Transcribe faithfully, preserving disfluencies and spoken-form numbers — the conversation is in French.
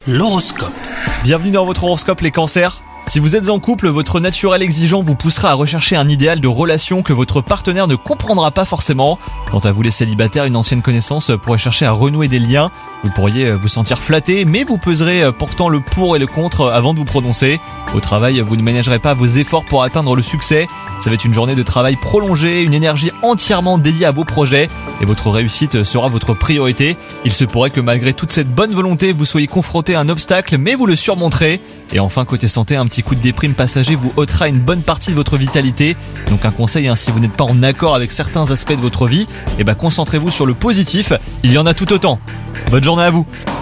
L'horoscope. Bienvenue dans votre horoscope les cancers. Si vous êtes en couple, votre naturel exigeant vous poussera à rechercher un idéal de relation que votre partenaire ne comprendra pas forcément. Quant à vous les célibataires, une ancienne connaissance pourrait chercher à renouer des liens. Vous pourriez vous sentir flatté, mais vous peserez pourtant le pour et le contre avant de vous prononcer. Au travail, vous ne ménagerez pas vos efforts pour atteindre le succès. Ça va être une journée de travail prolongée, une énergie entièrement dédiée à vos projets, et votre réussite sera votre priorité. Il se pourrait que malgré toute cette bonne volonté, vous soyez confronté à un obstacle, mais vous le surmonterez. Et enfin, côté santé, un petit coup de déprime passager vous ôtera une bonne partie de votre vitalité. Donc un conseil, hein, si vous n'êtes pas en accord avec certains aspects de votre vie, eh ben concentrez-vous sur le positif, il y en a tout autant. Bonne journée à vous.